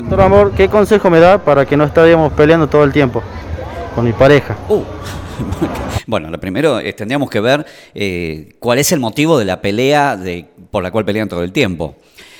Doctor Amor, ¿qué consejo me da para que no estaríamos peleando todo el tiempo con mi pareja? Bueno, lo primero tendríamos que ver cuál es el motivo de la pelea por la cual pelean todo el tiempo.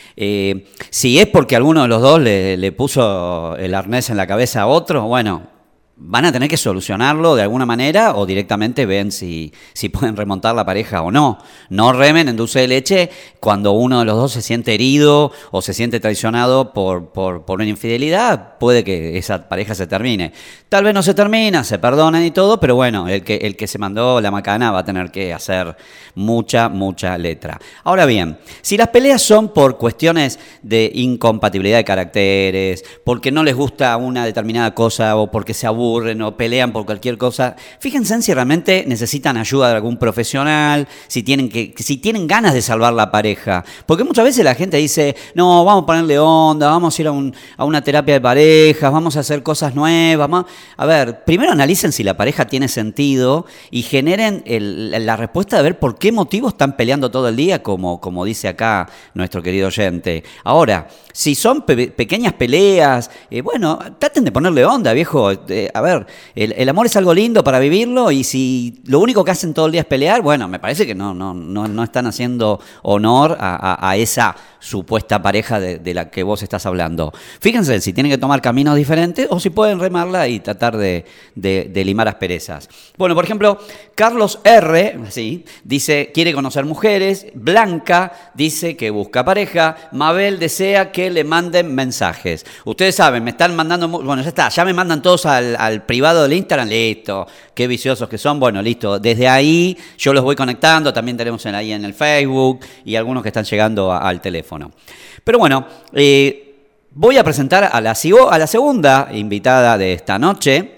Si es porque alguno de los dos le puso el arnés en la cabeza a otro, bueno, van a tener que solucionarlo de alguna manera o directamente ven si pueden remontar la pareja o no. No remen en dulce de leche cuando uno de los dos se siente herido o se siente traicionado por una infidelidad. Puede que esa pareja se termine. Tal vez no se termina, se perdonan y todo, pero bueno, el que se mandó la macana va a tener que hacer mucha letra. Ahora bien, si las peleas son por cuestiones de incompatibilidad de caracteres, porque no les gusta una determinada cosa o porque se aburren o pelean por cualquier cosa, fíjense en si realmente necesitan ayuda de algún profesional, si tienen ganas de salvar la pareja. Porque muchas veces la gente dice, no, vamos a ponerle onda, vamos a ir a una terapia de parejas, vamos a hacer cosas nuevas. A ver, primero analicen si la pareja tiene sentido y generen la respuesta de ver por qué motivo están peleando todo el día, como dice acá nuestro querido oyente. Ahora, si son pequeñas peleas, bueno, traten de ponerle onda, viejo. A ver, el amor es algo lindo para vivirlo y si lo único que hacen todo el día es pelear, bueno, me parece que no están haciendo honor a esa supuesta pareja de la que vos estás hablando. Fíjense si tienen que tomar caminos diferentes o si pueden remarla y tratar de limar asperezas. Bueno, por ejemplo, Carlos R. ¿sí? Dice, quiere conocer mujeres. Blanca dice que busca pareja. Mabel desea que le manden mensajes. Ustedes saben, me están mandando... Bueno, ya está, ya me mandan todos al privado del Instagram. Listo, qué viciosos que son. Bueno, listo, desde ahí yo los voy conectando. También tenemos ahí en el Facebook y algunos que están llegando al teléfono. Pero bueno, voy a presentar a la segunda invitada de esta noche.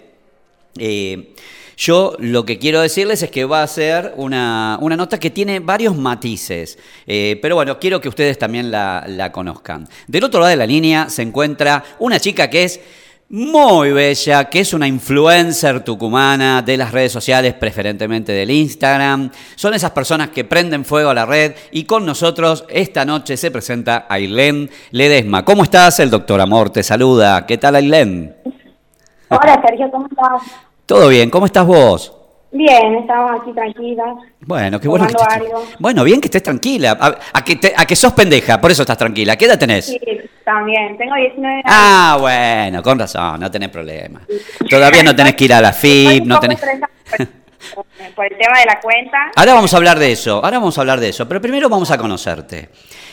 Yo lo que quiero decirles es que va a ser una nota que tiene varios matices, pero bueno, quiero que ustedes también la conozcan. Del otro lado de la línea se encuentra una chica que es muy bella, que es una influencer tucumana de las redes sociales, preferentemente del Instagram. Son esas personas que prenden fuego a la red y con nosotros esta noche se presenta Ailén Ledesma. ¿Cómo estás? El doctor Amor te saluda. ¿Qué tal, Ailén? Hola, Sergio, ¿cómo estás? Todo bien, ¿cómo estás vos? Bien, estamos aquí tranquilas. Bueno, qué bueno que estés Bueno, bien que estés tranquila. A que sos pendeja, por eso estás tranquila. ¿Qué edad tenés? Sí, también. Tengo 19 años. Ah, bueno, con razón, no tenés problema. Todavía no tenés que ir a la FIP, no tenés... Por el tema de la cuenta. Ahora vamos a hablar de eso, pero primero vamos a conocerte.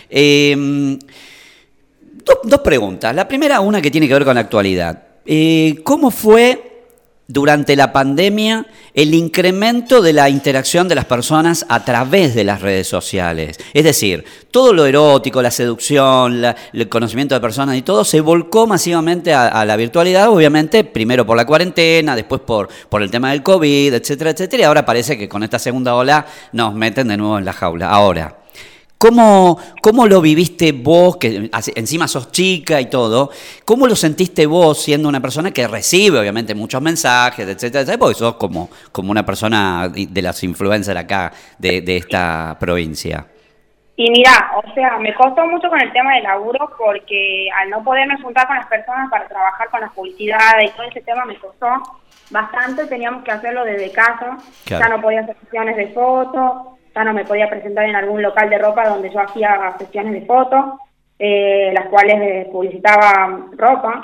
Dos preguntas. La primera, una que tiene que ver con la actualidad. ¿Cómo fue durante la pandemia el incremento de la interacción de las personas a través de las redes sociales? Es decir, todo lo erótico, la seducción, el conocimiento de personas y todo se volcó masivamente a la virtualidad, obviamente, primero por la cuarentena, después por el tema del COVID, etcétera, etcétera, y ahora parece que con esta segunda ola nos meten de nuevo en la jaula. Ahora, ¿cómo lo viviste vos, que encima sos chica y todo? ¿Cómo lo sentiste vos siendo una persona que recibe, obviamente, muchos mensajes, etcétera, etcétera? Porque sos como una persona de las influencers acá de esta provincia. Y mira, o sea, me costó mucho con el tema del laburo porque al no poderme juntar con las personas para trabajar con las publicidades y todo ese tema me costó bastante. Teníamos que hacerlo desde casa. Claro. Ya no podía hacer sesiones de fotos. Ya no me podía presentar en algún local de ropa donde yo hacía sesiones de fotos, las cuales publicitaba ropa.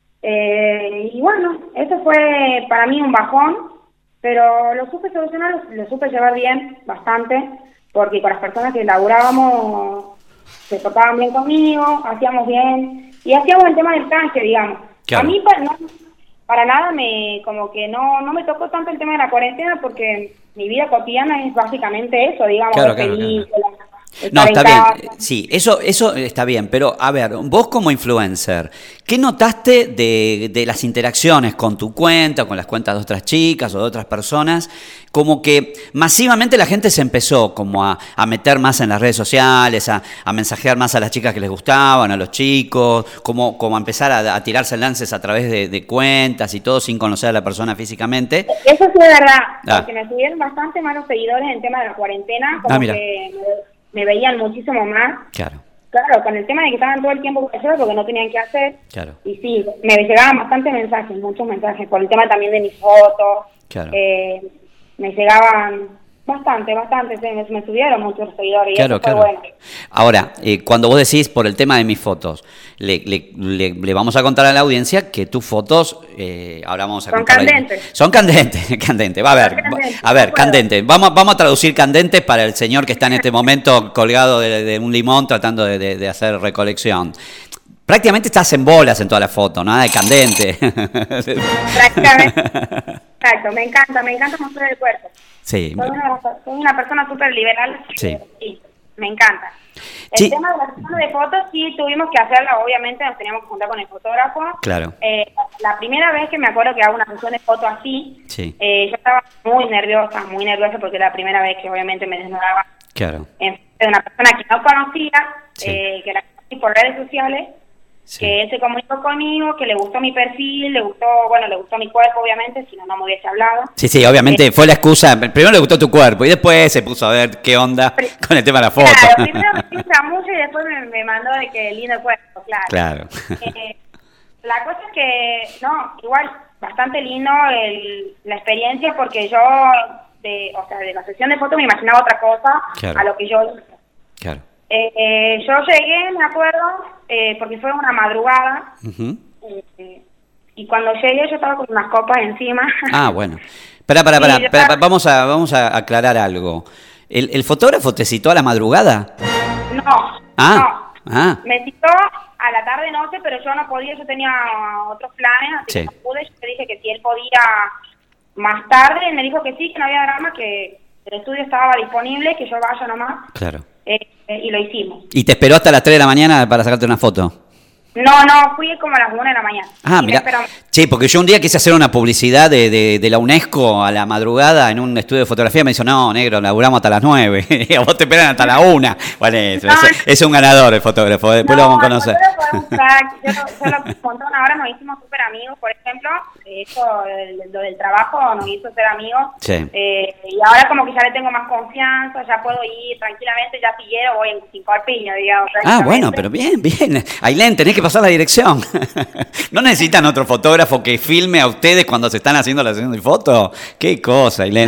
Y bueno, eso fue para mí un bajón, pero lo supe solucionar, lo supe llevar bien, bastante, porque con las personas que laburábamos se portaban bien conmigo, hacíamos bien, y hacíamos el tema del canje, digamos. Claro. A mí para nada no me tocó tanto el tema de la cuarentena porque mi vida cotidiana es básicamente eso, digamos, claro. No, está bien, sí, eso está bien, pero a ver, vos como influencer, ¿qué notaste de las interacciones con tu cuenta, o con las cuentas de otras chicas o de otras personas? Como que masivamente la gente se empezó como a meter más en las redes sociales, a mensajear más a las chicas que les gustaban, a los chicos, como a empezar a tirarse lances a través de cuentas y todo sin conocer a la persona físicamente. Eso sí es verdad, porque me subieron bastante más los seguidores en el tema de la cuarentena, como que me veían muchísimo más. Claro. claro, con el tema de que estaban todo el tiempo con porque no tenían que hacer. Claro. Y sí, me llegaban bastantes mensajes, muchos mensajes, por el tema también de mis fotos. Claro. Me llegaban bastante, me subieron muchos seguidores y Claro, eso fue claro. bueno. Ahora, cuando vos decís por el tema de mis fotos, le vamos a contar a la audiencia que tus fotos, ahora vamos a Son contar. candentes. Son candentes, candentes. Va a ver, Son candentes, a ver, no puedo. candentes. Vamos a traducir candentes para el señor que está en este momento colgado de un limón tratando de hacer recolección. Prácticamente estás en bolas en toda la foto, nada de candente. Prácticamente. Exacto, me encanta mostrar el cuerpo. Sí. Soy una persona súper liberal. Sí. Sí, me encanta. El Sí. tema de la sesión de fotos, sí tuvimos que hacerla, obviamente, nos teníamos que juntar con el fotógrafo. Claro. La primera vez que me acuerdo que hago una sesión de fotos así, Sí. yo estaba muy nerviosa porque era la primera vez que obviamente me desnudaba Claro. en frente de una persona que no conocía, Sí. que la conocí por redes sociales. Sí. Que él se comunicó conmigo, que le gustó mi perfil, le gustó mi cuerpo, obviamente, si no, no me hubiese hablado. Sí, obviamente fue la excusa. Primero le gustó tu cuerpo y después se puso a ver qué onda con el tema de la foto. Claro, primero me gusta mucho y después me mandó de que lindo cuerpo, claro. Claro. La cosa es que, no, igual, bastante lindo la experiencia porque yo, de la sesión de fotos me imaginaba otra cosa Claro. a lo que yo hice. Claro. Yo llegué, me acuerdo, porque fue una madrugada, Ujú. y cuando llegué yo estaba con unas copas encima. Ah, bueno. Espera, Sí, yo estaba- vamos a aclarar algo. ¿El fotógrafo te citó a la madrugada? No, Ah, no. ah. Me citó a la tarde-noche, pero yo no podía, yo tenía otros planes, así Sí. que no pude. Yo le dije que si él podía más tarde, él me dijo que sí, que no había drama, que el estudio estaba disponible, que yo vaya nomás, Claro. y lo hicimos. ¿Y te esperó hasta las 3 de la mañana para sacarte una foto? No, fui como a las 1 de la mañana. Ah, Y me mira. esperó. Sí, porque yo un día quise hacer una publicidad de la UNESCO a la madrugada en un estudio de fotografía. Me dijo, no, negro, laburamos hasta las 9. Y a vos te esperan hasta la 1. Bueno, eso, No, es un ganador el fotógrafo. Después lo vamos a conocer. Fue un crack. Yo lo montón ahora nos hicimos súper amigos, por ejemplo. Eso, lo del trabajo nos hizo ser amigos. Sí. Y ahora como que ya le tengo más confianza, ya puedo ir tranquilamente, ya si quiero voy sin corpiño, digamos. Ah, bueno, pero bien. Ailén, tenés que pasar la dirección. ¿No necesitan otro fotógrafo que filme a ustedes cuando se están haciendo la sesión de fotos? Qué cosa, Ailén.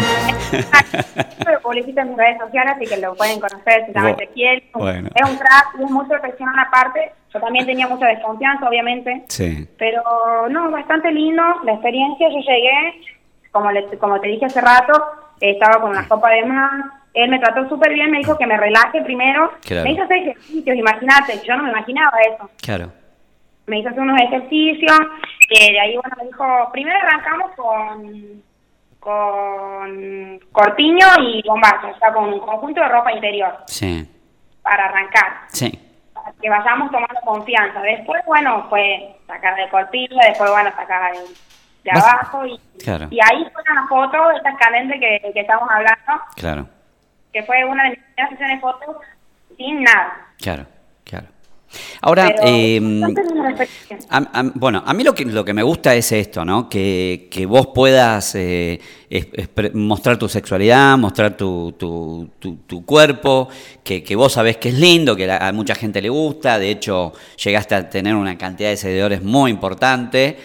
Yo lo publicito en mis redes sociales, así que lo pueden conocer si también te quieren. Bueno. Es un crack y es muy profesional aparte. Yo también tenía mucha desconfianza, obviamente. Sí. Pero no, bastante lindo la experiencia. Yo llegué, como te dije hace rato, estaba con una copa de más. Él me trató súper bien, me dijo que me relaje primero. Claro. Me hizo hacer ejercicios, imagínate, yo no me imaginaba eso. Claro. Me hizo hacer unos ejercicios, de ahí, bueno, me dijo, primero arrancamos con corpiño y bombacha, o sea, con un conjunto de ropa interior, Sí. para arrancar. Sí. Para que vayamos tomando confianza. Después, bueno, fue sacar del corpiño, después, bueno, sacar de Vas- abajo. Claro. Y ahí fue una foto, esta candente que estamos hablando, Claro. que fue una de mis primeras sesiones de fotos sin nada. Claro. Ahora, Pero, bastante linda la experiencia. bueno, a mí lo que me gusta es esto, ¿no? Que vos puedas mostrar tu sexualidad, mostrar tu cuerpo, que vos sabés que es lindo, que a mucha gente le gusta. De hecho, llegaste a tener una cantidad de seguidores muy importante.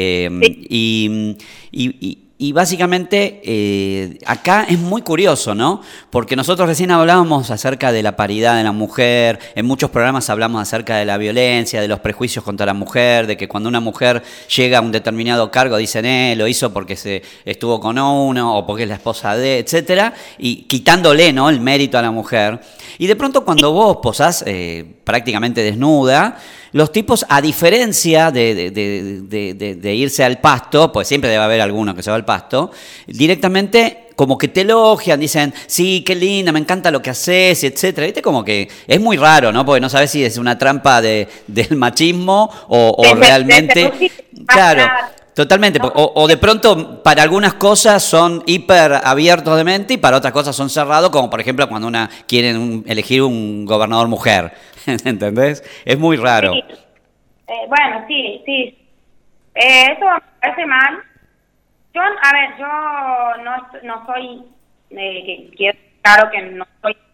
Y básicamente acá es muy curioso, ¿no? Porque nosotros recién hablábamos acerca de la paridad de la mujer, en muchos programas hablamos acerca de la violencia, de los prejuicios contra la mujer, de que cuando una mujer llega a un determinado cargo dicen, lo hizo porque se estuvo con uno o porque es la esposa de, etcétera, y quitándole, ¿no?, el mérito a la mujer. Y de pronto cuando vos posás prácticamente desnuda, los tipos, a diferencia de irse al pasto, pues siempre debe haber alguno que se va al pasto, directamente como que te elogian, dicen, sí, qué linda, me encanta lo que haces, etcétera. ¿Viste? Como que es muy raro, ¿no? Porque no sabes si es una trampa del machismo o realmente... Claro. Totalmente, o de pronto para algunas cosas son hiper abiertos de mente y para otras cosas son cerrados, como por ejemplo cuando quieren elegir un gobernador mujer, ¿entendés? Es muy raro. Sí. Bueno, sí. Eso me parece mal. Yo no soy, quiero claro que no soy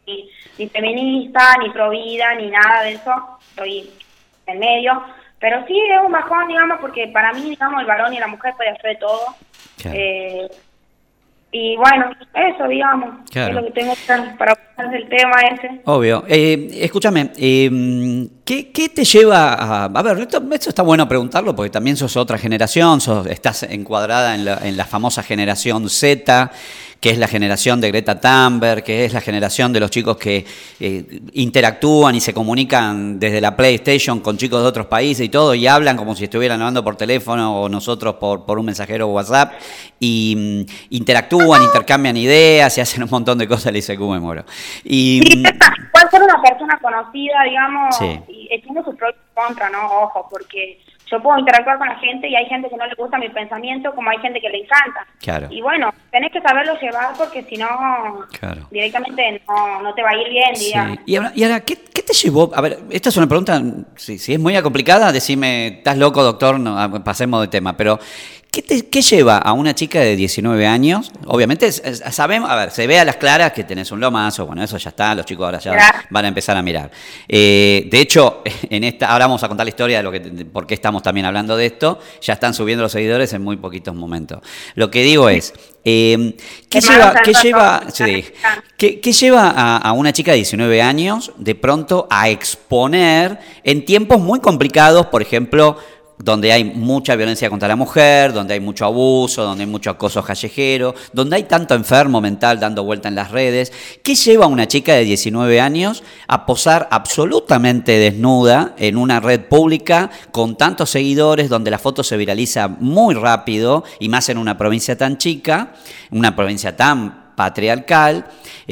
ni feminista, ni pro vida, ni nada de eso. Estoy en medio. Pero sí es un bajón, digamos, porque para mí, digamos, el varón y la mujer pueden hacer de todo. Claro. Y bueno, eso, digamos, Claro. es lo que tengo para hablar del tema ese. Obvio. Escúchame, ¿qué te lleva a ver, esto está bueno preguntarlo porque también sos otra generación, estás encuadrada en la famosa generación Z, que es la generación de Greta Thunberg, que es la generación de los chicos que interactúan y se comunican desde la PlayStation con chicos de otros países y todo, y hablan como si estuvieran hablando por teléfono o nosotros por un mensajero WhatsApp, y interactúan, intercambian ideas y hacen un montón de cosas, le dice que me muero. Y, sí, puede ser una persona conocida, digamos, sí. y tiene sus pros y contras, ¿no? Ojo, porque yo puedo interactuar con la gente y hay gente que no le gusta mi pensamiento, como hay gente que le encanta. Claro. Y bueno, tenés que saberlo llevar porque si no, Claro. directamente no te va a ir bien, digamos. Sí. Y ahora, ¿qué te llevó? A ver, esta es una pregunta, si es muy complicada, decime, ¿estás loco, doctor? No, pasemos de tema, pero ¿qué lleva a una chica de 19 años? Obviamente, sabemos, a ver, se ve a las claras que tenés un lomazo, bueno, eso ya está, los chicos ahora ya van a empezar a mirar. De hecho, ahora vamos a contar la historia de por qué estamos también hablando de esto, ya están subiendo los seguidores en muy poquitos momentos. Lo que digo es, ¿qué lleva a una chica de 19 años de pronto a exponer en tiempos muy complicados, por ejemplo, donde hay mucha violencia contra la mujer, donde hay mucho abuso, donde hay mucho acoso callejero, donde hay tanto enfermo mental dando vuelta en las redes? ¿Qué lleva a una chica de 19 años a posar absolutamente desnuda en una red pública con tantos seguidores, donde la foto se viraliza muy rápido, y más en una provincia tan chica, una provincia tan patriarcal?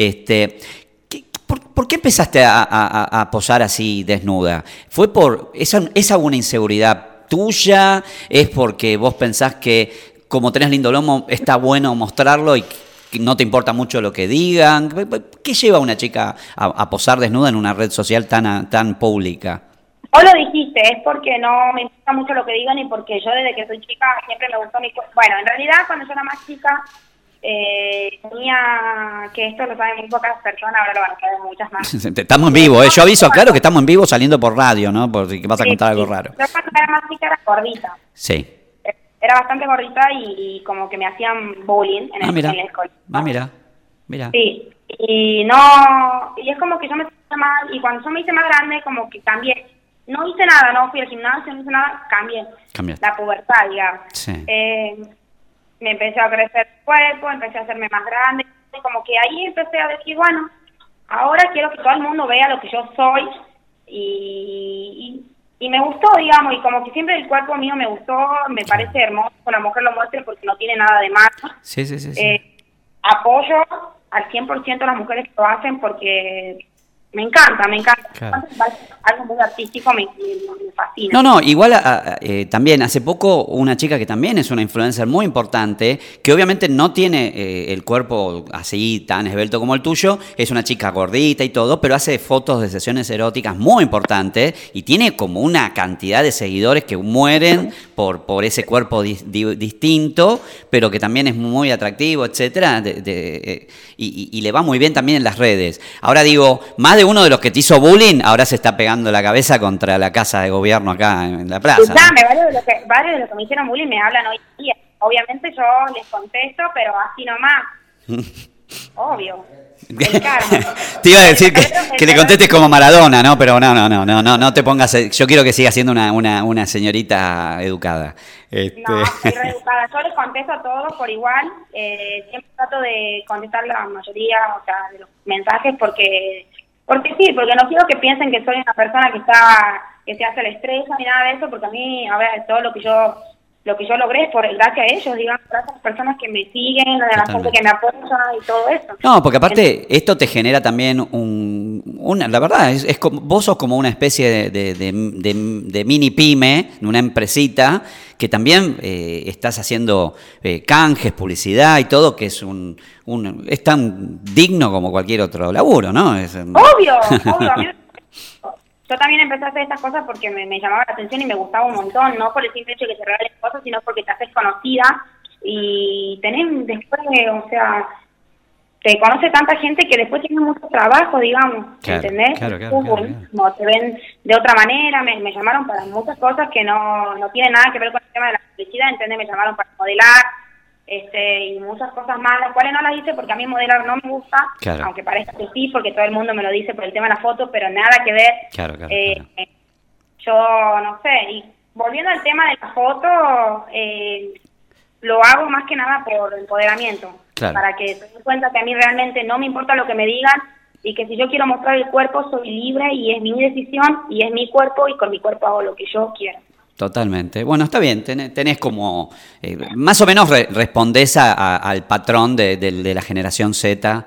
¿Por qué empezaste a posar así desnuda? ¿Fue por esa una inseguridad tuya? ¿Es porque vos pensás que como tenés lindo lomo está bueno mostrarlo y que no te importa mucho lo que digan? ¿Qué lleva a una chica a posar desnuda en una red social tan pública? Vos lo dijiste, es porque no me importa mucho lo que digan y porque yo desde que soy chica siempre me gustó mi cuerpo. Bueno, en realidad cuando yo era más chica tenía, que esto lo saben muy pocas personas, ahora lo van a saber muchas más. Estamos en vivo, yo aviso, claro que estamos en vivo saliendo por radio, ¿no? Por si vas a contar algo raro. Yo cuando era más chica era gordita. Sí. Era bastante gordita y como que me hacían bullying en la escuela. Mira. Sí, y es como que yo me sentía mal, y cuando yo me hice más grande como que cambié. No hice nada, no fui al gimnasio, no hice nada, cambié. Cambiaste. La pubertad, digamos. Sí. Me empecé a crecer el cuerpo, empecé a hacerme más grande, y como que ahí empecé a decir, bueno, ahora quiero que todo el mundo vea lo que yo soy, y me gustó, digamos, y como que siempre el cuerpo mío me gustó, me parece hermoso que una mujer lo muestre porque no tiene nada de malo. Sí. Apoyo al 100% a las mujeres que lo hacen porque me encanta. Claro. Algo muy artístico, me fascina. No, igual también hace poco una chica que también es una influencer muy importante, que obviamente no tiene el cuerpo así tan esbelto como el tuyo, es una chica gordita y todo, pero hace fotos de sesiones eróticas muy importantes y tiene como una cantidad de seguidores que mueren por ese cuerpo distinto, pero que también es muy atractivo, etcétera, y le va muy bien también en las redes. Ahora digo, más de uno de los que te hizo bullying ahora se está pegando la cabeza contra la casa de gobierno acá en la plaza. Escuchame, varios de los que me hicieron bullying me hablan hoy en día. Obviamente yo les contesto, pero así nomás. Obvio. Te iba a decir que le contestes como Maradona, ¿no? Pero no te pongas. Yo quiero que siga siendo una señorita educada. No, soy reeducada. Yo les contesto a todos por igual. Siempre trato de contestar la mayoría, o sea, de los mensajes porque sí, porque no quiero que piensen que soy una persona que se hace la estrella ni nada de eso, porque a mí, a ver, todo lo que yo logré es gracias a ellos, digamos, gracias a las personas que me siguen, a la gente que me apoya y todo eso. No, porque aparte esto te genera también la verdad, vos sos como una especie de mini pyme, una empresita, que también estás haciendo canjes, publicidad y todo, que es es tan digno como cualquier otro laburo, ¿no? Obvio. A mí yo también empecé a hacer estas cosas porque me llamaba la atención y me gustaba un montón, no por el simple hecho de que te regalen cosas, sino porque te haces conocida y tenés después, o sea, te conoce tanta gente que después tiene mucho trabajo, digamos, Claro, ¿entendés? claro. Como te ven de otra manera, me llamaron para muchas cosas que no tienen nada que ver con el tema de la publicidad, ¿entendés? Me llamaron para modelar, y muchas cosas más, las cuales no las hice porque a mí modelar no me gusta, Claro. aunque parezca que sí, porque todo el mundo me lo dice por el tema de la foto, pero nada que ver. Claro. Yo no sé, y volviendo al tema de la foto, lo hago más que nada por empoderamiento, Claro. para que se den cuenta que a mí realmente no me importa lo que me digan y que si yo quiero mostrar el cuerpo soy libre y es mi decisión y es mi cuerpo y con mi cuerpo hago lo que yo quiera. Totalmente. Bueno, está bien, tenés como, más o menos respondés al patrón de la generación Z,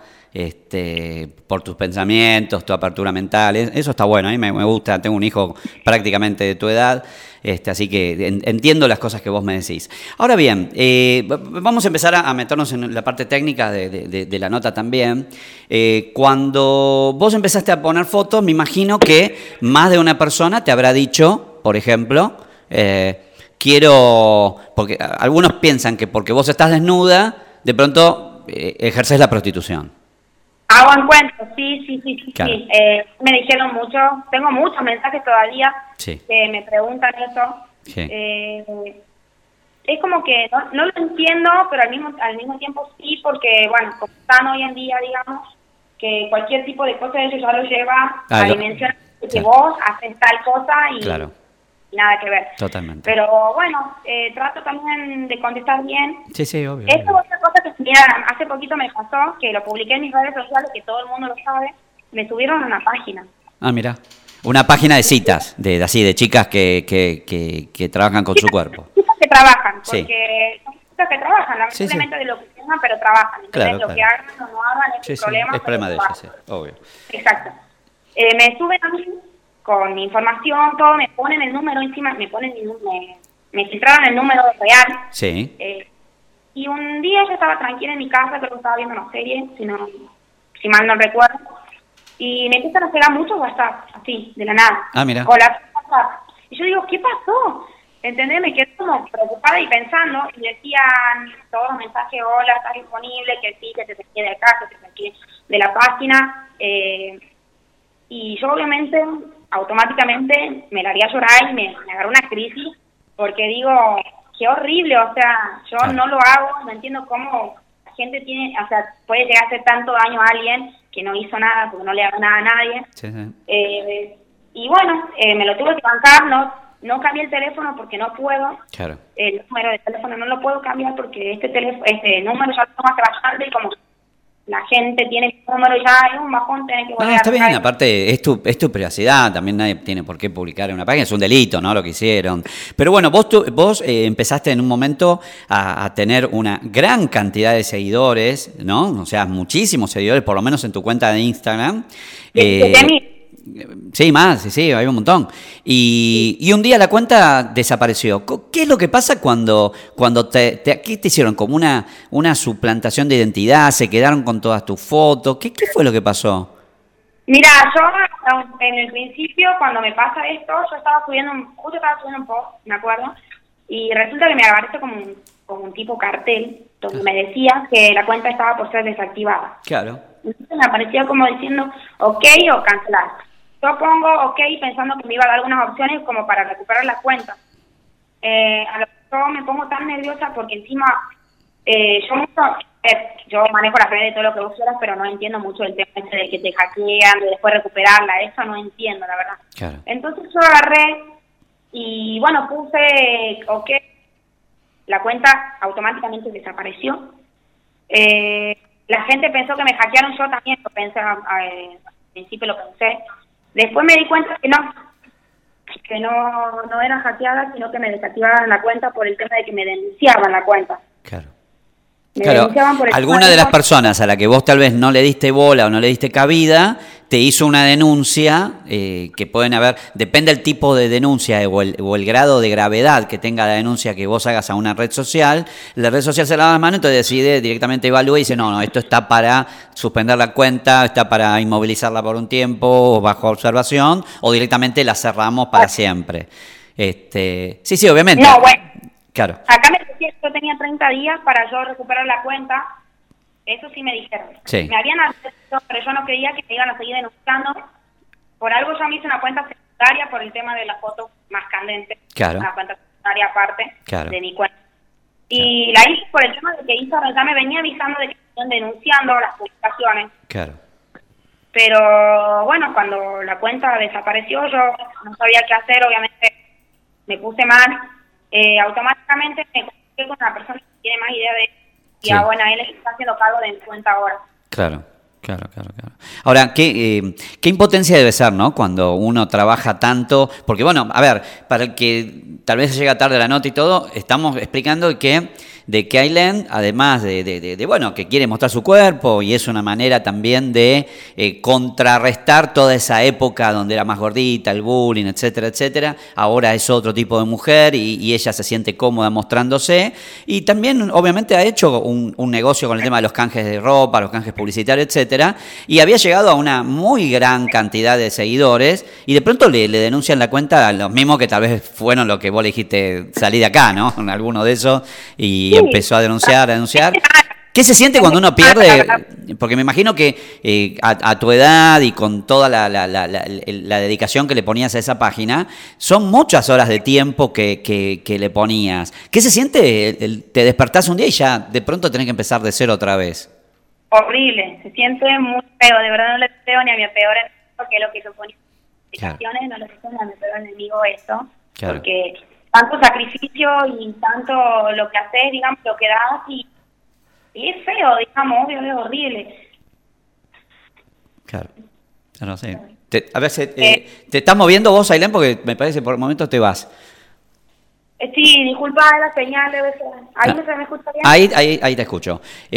por tus pensamientos, tu apertura mental, eso está bueno, a mí me gusta, tengo un hijo prácticamente de tu edad, así que entiendo las cosas que vos me decís. Ahora bien, vamos a empezar a meternos en la parte técnica de la nota también. Cuando vos empezaste a poner fotos, me imagino que más de una persona te habrá dicho, por ejemplo, quiero, porque algunos piensan que porque vos estás desnuda, de pronto ejerces la prostitución. Hago encuentros, sí. Claro. Me dijeron mucho, tengo muchos mensajes todavía Sí. que me preguntan eso. Sí. Es como que no lo entiendo, pero al mismo tiempo sí, porque, bueno, como están hoy en día, digamos, que cualquier tipo de cosa de eso ya lo lleva a dimensiones de que claro. vos haces tal cosa y Claro. nada que ver. Totalmente. Pero bueno, trato también de contestar bien. Sí, obvio. Esta es otra cosa que, mira, hace poquito me pasó, que lo publiqué en mis redes sociales, que todo el mundo lo sabe, me subieron a una página. Ah, mira. Una página de citas, de chicas que trabajan con su cuerpo. Chicas que trabajan, Sí. porque son chicas que trabajan, lamentablemente de lo que tengan, pero trabajan. Entonces lo que hagan o no hagan es un problema. Es problema de ellas, obvio. Exacto. Me suben a mí con mi información, todo, me ponen el número encima, me filtraron el número real. Sí. Y un día yo estaba tranquila en mi casa, creo que estaba viendo una serie, si mal no recuerdo, y me empiezan a llegar muchos WhatsApp, así, de la nada. Ah, mira. Hola, WhatsApp. Y yo digo, ¿qué pasó? ¿Entendés? Me quedé como preocupada y pensando, y decían todos los mensajes, hola, estás disponible, que sí, que te saqué de acá, que te saqué de la página, y yo obviamente, automáticamente, me largué a llorar y me agarró una crisis, porque digo, qué horrible, o sea, yo Claro. no lo hago, no entiendo cómo la gente puede llegar a hacer tanto daño a alguien que no hizo nada, porque no le hago nada a nadie. Sí. Y bueno, me lo tuve que bancar, no cambié el teléfono porque no puedo. Claro. El número de teléfono no lo puedo cambiar porque este número ya lo tomo hace bastante y como la gente tiene el número ya, es un bajón tener que volver No, a está bien, sacar. aparte es tu privacidad, también nadie tiene por qué publicar en una página, es un delito, ¿no? Lo que hicieron. Pero bueno, vos empezaste en un momento a tener una gran cantidad de seguidores, ¿no? O sea, muchísimos seguidores, por lo menos en tu cuenta de Instagram. 17.000. Sí, más, sí, hay un montón. Y un día la cuenta desapareció. ¿Qué es lo que pasa cuando ¿qué te hicieron? ¿Como una suplantación de identidad? ¿Se quedaron con todas tus fotos? ¿Qué fue lo que pasó? Mira, yo en el principio, cuando me pasa esto, yo estaba subiendo un post, me acuerdo, y resulta que me aparece como un tipo cartel, donde me decía que la cuenta estaba por ser desactivada. Claro. Entonces me aparecía como diciendo, ok o cancelar. Yo pongo ok pensando que me iba a dar algunas opciones como para recuperar la cuenta. A lo que yo me pongo tan nerviosa porque encima yo manejo las redes de todo lo que vos quieras, pero no entiendo mucho el tema ese de que te hackean, de después recuperarla, eso no entiendo, la verdad. Claro. Entonces yo agarré y bueno, puse ok, la cuenta automáticamente desapareció. La gente pensó que me hackearon, yo también lo pensé, al principio lo pensé. Después me di cuenta que no era hackeada, sino que me desactivaban la cuenta por el tema de que me denunciaban la cuenta. Claro. Me Claro, denunciaban por el alguna tema de las personas a la que vos tal vez no le diste bola o no le diste cabida, te hizo una denuncia, que pueden haber, depende del tipo de denuncia o el grado de gravedad que tenga la denuncia que vos hagas a una red social, la red social se lava las manos, entonces decide directamente, evalúa y dice, no, esto está para suspender la cuenta, está para inmovilizarla por un tiempo, o bajo observación, o directamente la cerramos para siempre. Sí, obviamente. No, bueno. Claro. Acá me decía que yo tenía 30 días para yo recuperar la cuenta Eso sí me dijeron. Sí. Me habían advertido, pero yo no creía que me iban a seguir denunciando. Por algo yo me hice una cuenta secundaria por el tema de la foto más candente. Claro. Una cuenta secundaria aparte Claro. de mi cuenta. Y la hice por el tema de que Instagram ya me venía avisando de que estaban denunciando las publicaciones. Claro. Pero bueno, cuando la cuenta desapareció, yo no sabía qué hacer, obviamente me puse mal. Automáticamente me comuniqué con una persona que tiene más idea de... Y Sí. bueno, él está haciendo cargo de mi cuenta ahora. Claro. Ahora, qué impotencia debe ser, ¿no? Cuando uno trabaja tanto, porque bueno, a ver, para el que tal vez llega tarde la nota y todo, estamos explicando de que Ailén, además de bueno, que quiere mostrar su cuerpo y es una manera también de contrarrestar toda esa época donde era más gordita, el bullying, etcétera, etcétera. Ahora es otro tipo de mujer y ella se siente cómoda mostrándose. Y también, obviamente, ha hecho un negocio con el tema de los canjes de ropa, los canjes publicitarios, etcétera. Y había llegado a una muy gran cantidad de seguidores y de pronto le denuncian la cuenta a los mismos que tal vez fueron lo que vos le dijiste, salí de acá, ¿no? Alguno de esos y Sí. empezó a denunciar. ¿Qué se siente cuando uno pierde? Porque me imagino que a tu edad y con toda la dedicación que le ponías a esa página, son muchas horas de tiempo que le ponías. ¿Qué se siente? Te despertás un día y ya de pronto tenés que empezar de cero otra vez. Horrible, se siente muy feo, de verdad no le deseo ni a mi peor enemigo, que es lo que yo ponía en Claro. publicaciones, no le deseo ni a mi peor enemigo esto, Claro. porque tanto sacrificio y tanto lo que haces, digamos, lo que das y es feo, digamos, obvio, es horrible. Claro. No sé. A ver, ¿te estás moviendo vos, Ailén? Porque me parece que por momentos te vas. Sí, disculpa la señal, debe ser. ¿Ahí se me escucha bien? Ahí te escucho.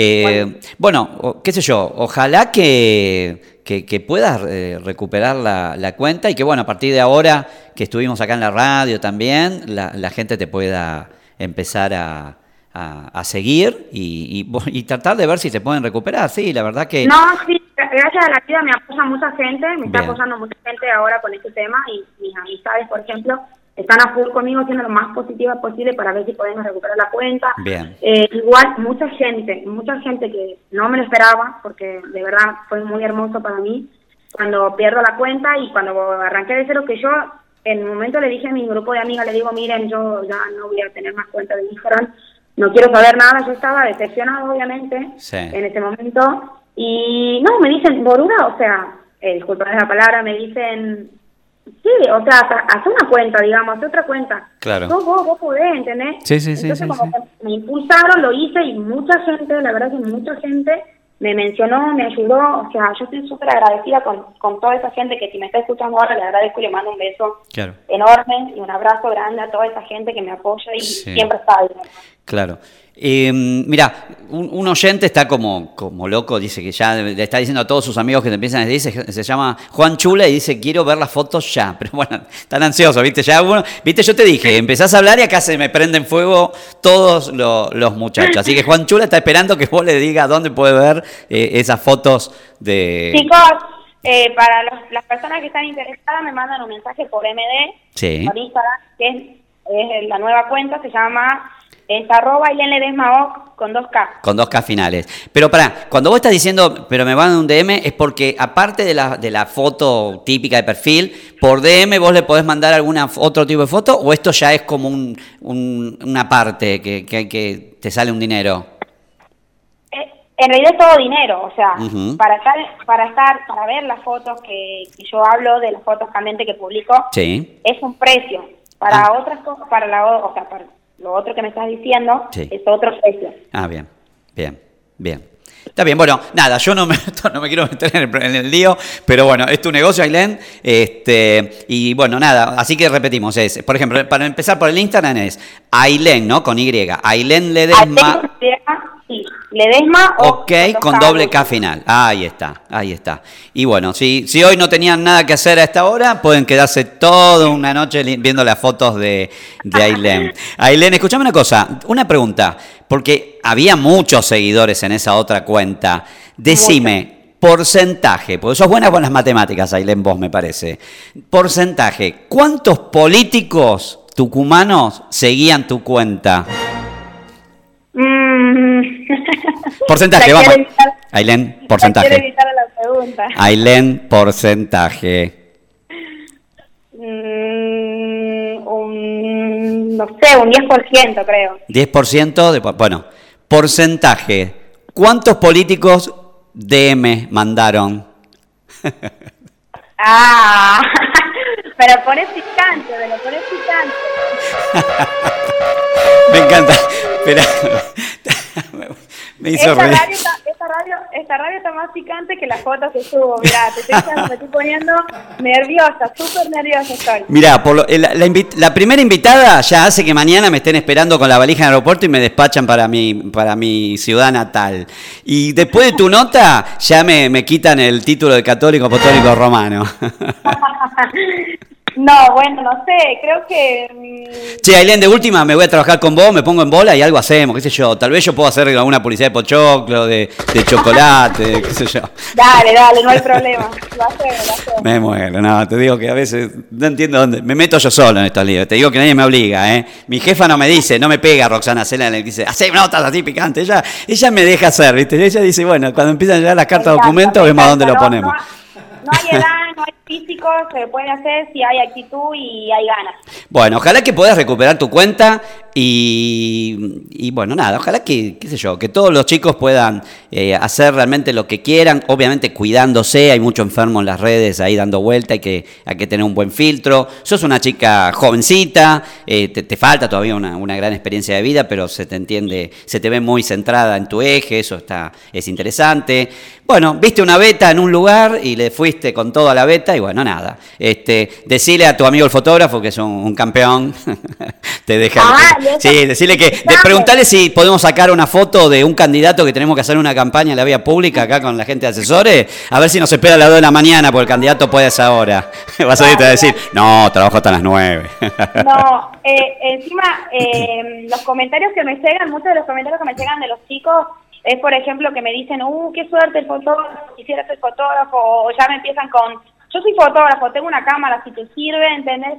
Bueno, qué sé yo, ojalá que puedas recuperar la cuenta y que, bueno, a partir de ahora que estuvimos acá en la radio también, la gente te pueda empezar a seguir y tratar de ver si se pueden recuperar. Sí, la verdad que... No, sí, gracias a la vida me apoya mucha gente, me está Bien. apoyando mucha gente ahora con este tema y mis amistades, por ejemplo, están a full conmigo siendo lo más positiva posible para ver si podemos recuperar la cuenta. Bien. Igual, mucha gente que no me lo esperaba, porque de verdad fue muy hermoso para mí, cuando pierdo la cuenta y cuando arranqué de cero, que yo en un momento le dije a mi grupo de amigas, le digo, miren, yo ya no voy a tener más cuenta de Instagram, no quiero saber nada, yo estaba decepcionada obviamente Sí. en ese momento, y no, me dicen, Borura, o sea, disculpen la palabra, me dicen... Sí, o sea, haz una cuenta, digamos, haz otra cuenta. Claro. Vos podés, ¿entendés? Sí. Entonces, como que me impulsaron, lo hice y mucha gente, la verdad que mucha gente me mencionó, me ayudó. O sea, yo estoy súper agradecida con toda esa gente que si me está escuchando ahora, le agradezco y le mando un beso Claro. enorme y un abrazo grande a toda esa gente que me apoya y Sí. siempre está ahí. Claro. Mira, un oyente está como loco, dice que ya le está diciendo a todos sus amigos que te empiezan a decir, se llama Juan Chula y dice, quiero ver las fotos ya. Pero bueno, están ansiosos, ¿viste? Ya uno, ¿viste? Yo te dije, empezás a hablar y acá se me prenden fuego todos los muchachos. Así que Juan Chula está esperando que vos le digas dónde puede ver esas fotos de... Chicos, para las personas que están interesadas me mandan un mensaje por MD, Sí. por Instagram, que es la nueva cuenta, se llama... Es @IlenLedesmaoc con 2K. Con 2K finales. Pero pará, cuando vos estás diciendo, pero me van a un DM, es porque aparte de la foto típica de perfil, por DM vos le podés mandar otro tipo de foto, o esto ya es como una parte que te sale un dinero. En realidad es todo dinero, o sea, Ujú. para ver las fotos que yo hablo, de las fotos candentes que publico, Sí. es un precio. Para otras cosas, para lo otro que me estás diciendo, Sí. es otro precio. Ah, bien. Está bien, bueno, nada, yo no me quiero meter en el lío, pero bueno, es tu negocio, Ailén, y bueno, nada, así que repetimos, por ejemplo, para empezar por el Instagram es Ailén, ¿no? Con Y, Ailén Ledesma, Sí, Ledesma ok, con doble K final, ahí está. Y bueno, si hoy no tenían nada que hacer a esta hora, pueden quedarse toda una noche viendo las fotos de Ailén. Ailén, escuchame una cosa, una pregunta, porque había muchos seguidores en esa otra cuenta. Decime, porcentaje, porque sos buena con las matemáticas, Ailén, vos me parece. Porcentaje, ¿cuántos políticos tucumanos seguían tu cuenta? Porcentaje, Le vamos. quiero evitar- Ailén, Quiero porcentaje. evitar la pregunta. Ailén, porcentaje. No sé, un 10% creo. 10% de... Bueno, porcentaje. ¿Cuántos políticos DM mandaron? Ah, pero pones picante, me lo pones picante. Me encanta. Espera. Me hizo Esta reír. radio está más picante que las fotos que subo. Mirá, te estoy diciendo, me estoy poniendo nerviosa, súper nerviosa estoy. Mirá, la primera invitada ya hace que mañana me estén esperando con la valija en el aeropuerto y me despachan para mi ciudad natal. Y después de tu nota ya me quitan el título de católico apostólico romano. No, bueno, no sé, creo que... Che, Ailén, de última me voy a trabajar con vos, me pongo en bola y algo hacemos, qué sé yo. Tal vez yo puedo hacer alguna publicidad de pochoclo, de chocolate, qué sé yo. Dale, no hay problema. Lo hacemos. Me muero, no, te digo que a veces no entiendo dónde. Me meto yo solo en estos líos, te digo que nadie me obliga, ¿eh? Mi jefa no me dice, no me pega Roxana Cela, le dice, hacé notas así picantes. Ella me deja hacer, ¿viste? Ella dice, bueno, cuando empiezan a llegar las cartas de documentos, vemos a dónde lo ponemos. No hay edad, no hay físico, se puede hacer si hay actitud y hay ganas. Bueno, ojalá que puedas recuperar tu cuenta y bueno, nada, ojalá que, qué sé yo, que todos los chicos puedan hacer realmente lo que quieran, obviamente cuidándose, hay mucho enfermo en las redes ahí dando vuelta, hay que tener un buen filtro. Sos una chica jovencita, te falta todavía una gran experiencia de vida, pero se te entiende, se te ve muy centrada en tu eje, eso es interesante. Bueno, viste una beta en un lugar y le fuiste con todo a la beta y bueno, nada. Decile a tu amigo el fotógrafo que es un campeón, te deja... Sí, decirle que... Preguntale si podemos sacar una foto de un candidato que tenemos que hacer una campaña en la vía pública acá con la gente de asesores, a ver si nos espera a las 2 de la mañana porque el candidato puede a esa hora. Vas a ir a decir, no, trabajo hasta las 9. No, encima los comentarios que me llegan, muchos de los comentarios que me llegan de los chicos es, por ejemplo, que me dicen, qué suerte el fotógrafo, quisiera ser fotógrafo, o ya me empiezan con, yo soy fotógrafo, tengo una cámara, si te sirve, ¿entendés?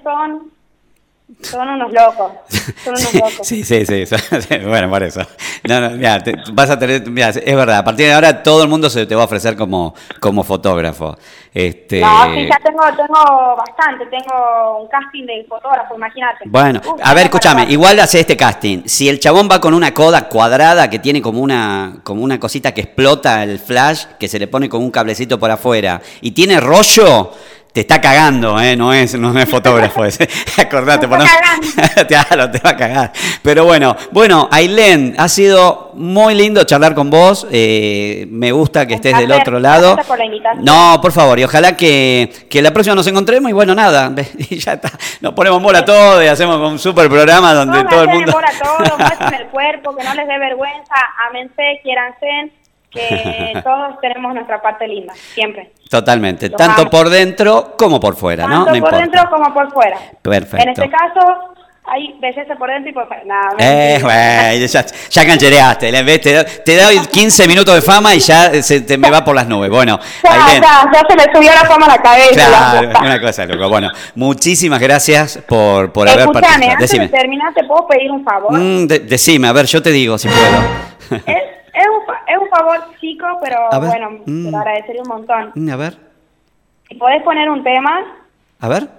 Son unos locos. Sí. Bueno, por eso. No, mira, vas a tener, mira, es verdad, a partir de ahora todo el mundo se te va a ofrecer como fotógrafo. No, sí, ya tengo bastante, tengo un casting de fotógrafo, imagínate. Bueno, a ver, escúchame, igual hace este casting. Si el chabón va con una coda cuadrada que tiene como una cosita que explota el flash, que se le pone con un cablecito por afuera, y tiene rollo... Te está cagando, no es fotógrafo ese. Acordate, por no. Claro, te va a cagar. Pero bueno, Ailén, ha sido muy lindo charlar con vos. Me gusta que estés del otro lado. Gracias por la invitación. No, por favor, y ojalá que la próxima nos encontremos y bueno, nada, y ya está. Nos ponemos bola todo y hacemos un super programa donde todo el mundo. Bola todo, muestren el cuerpo, que no les dé vergüenza, ámense, quiéranse, que todos tenemos nuestra parte linda, siempre. Totalmente, Los tanto amo. por dentro como por fuera, ¿no? Tanto No por importa. dentro como por fuera. Perfecto. En este caso, hay belleza por dentro y por fuera. Nada, Güey, ya canchereaste, te doy 15 minutos de fama y ya me va por las nubes. Bueno, Ailén, ya se me subió la fama a la cabeza. claro, una cosa loca. Bueno, muchísimas gracias por haber Escuchame, participado. antes Decime. de terminar, ¿te puedo pedir un favor? Decime, a ver, yo te digo si puedo. Es un favor chico, pero A ver. bueno, te lo agradecería un montón. A ver, Si podés poner un tema a ver.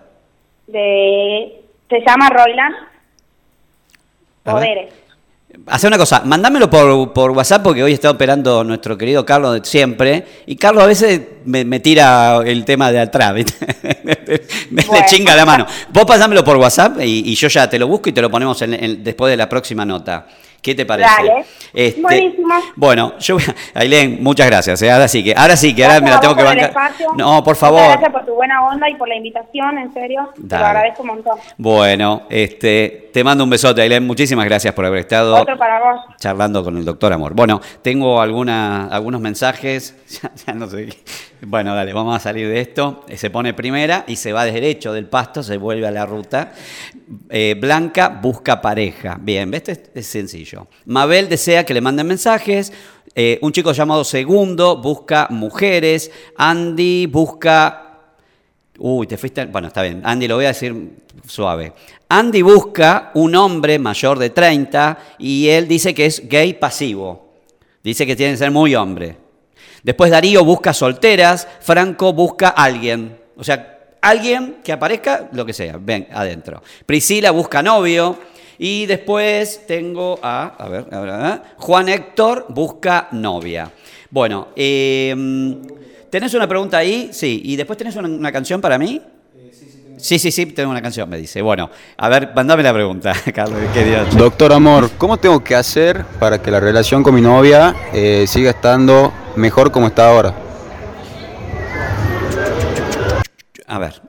se llama Roiland, A ver. Poderes. Hace una cosa, mándamelo por WhatsApp porque hoy está operando nuestro querido Carlos de siempre y Carlos a veces me tira el tema de atrás, ¿viste? me chinga la mano. Vos pasámelo por WhatsApp y yo ya te lo busco y te lo ponemos después de la próxima nota. ¿Qué te parece? Dale. Buenísimo. Bueno, Ailén, muchas gracias. Ahora sí que ahora Gracias me la tengo que por el bancar. espacio. No, por Muchas favor. gracias por tu buena onda y por la invitación, en serio. Te Dale. lo agradezco un montón. Bueno, te mando un besote, Ailén. Muchísimas gracias por haber estado Otro para vos. charlando con el doctor Amor. Bueno, tengo algunos mensajes. Ya no sé. Bueno, dale, vamos a salir de esto. Se pone primera y se va derecho del Pasto, se vuelve a la ruta. Blanca busca pareja. Bien, ¿ves? Es sencillo. Mabel desea que le manden mensajes. Un chico llamado Segundo busca mujeres. Andy busca... Uy, te fuiste... Bueno, está bien. Andy, lo voy a decir suave. Andy busca un hombre mayor de 30 y él dice que es gay pasivo. Dice que tiene que ser muy hombre. Después Darío busca solteras, Franco busca alguien. O sea, alguien que aparezca, lo que sea, ven adentro. Priscila busca novio. Y después tengo Juan Héctor busca novia. Bueno, ¿tenés una pregunta ahí? Sí. ¿Y después tenés una canción para mí? Sí, tengo una canción, me dice. Bueno, a ver, mandame la pregunta, Carlos, querido. Doctor Amor, ¿cómo tengo que hacer para que la relación con mi novia siga estando mejor como está ahora? A ver,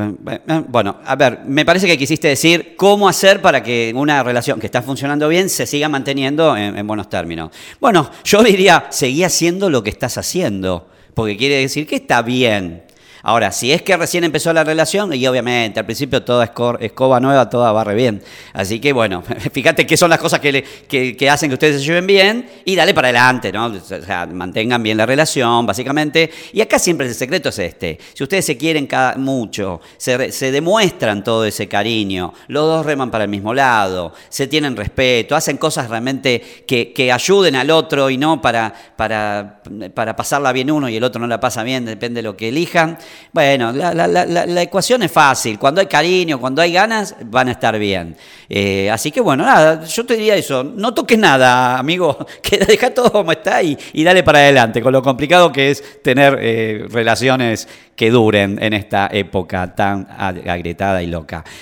me parece que quisiste decir cómo hacer para que una relación que está funcionando bien se siga manteniendo en buenos términos. Bueno, yo diría, seguí haciendo lo que estás haciendo, porque quiere decir que está bien. Ahora, si es que recién empezó la relación, y obviamente al principio toda escoba nueva, toda barre bien. Así que bueno, fíjate qué son las cosas que hacen que ustedes se lleven bien y dale para adelante, ¿no? O sea, mantengan bien la relación, básicamente. Y acá siempre el secreto es este. Si ustedes se quieren mucho, se demuestran todo ese cariño, los dos reman para el mismo lado, se tienen respeto, hacen cosas realmente que ayuden al otro y no para pasarla bien uno y el otro no la pasa bien, depende de lo que elijan. Bueno, la ecuación es fácil. Cuando hay cariño, cuando hay ganas, van a estar bien. Así que bueno, nada, yo te diría eso. No toques nada, amigo. Deja todo como está y dale para adelante, con lo complicado que es tener relaciones que duren en esta época tan agrietada y loca.